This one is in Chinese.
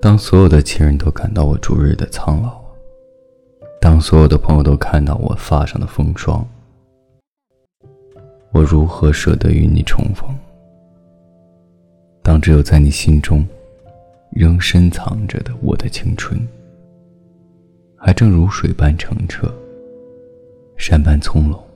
当所有的亲人都感到我逐日的苍老，当所有的朋友都看到我发上的风霜，我如何舍得与你重逢？当只有在你心中仍深藏着的我的青春，还正如水般澄澈，山般葱茏。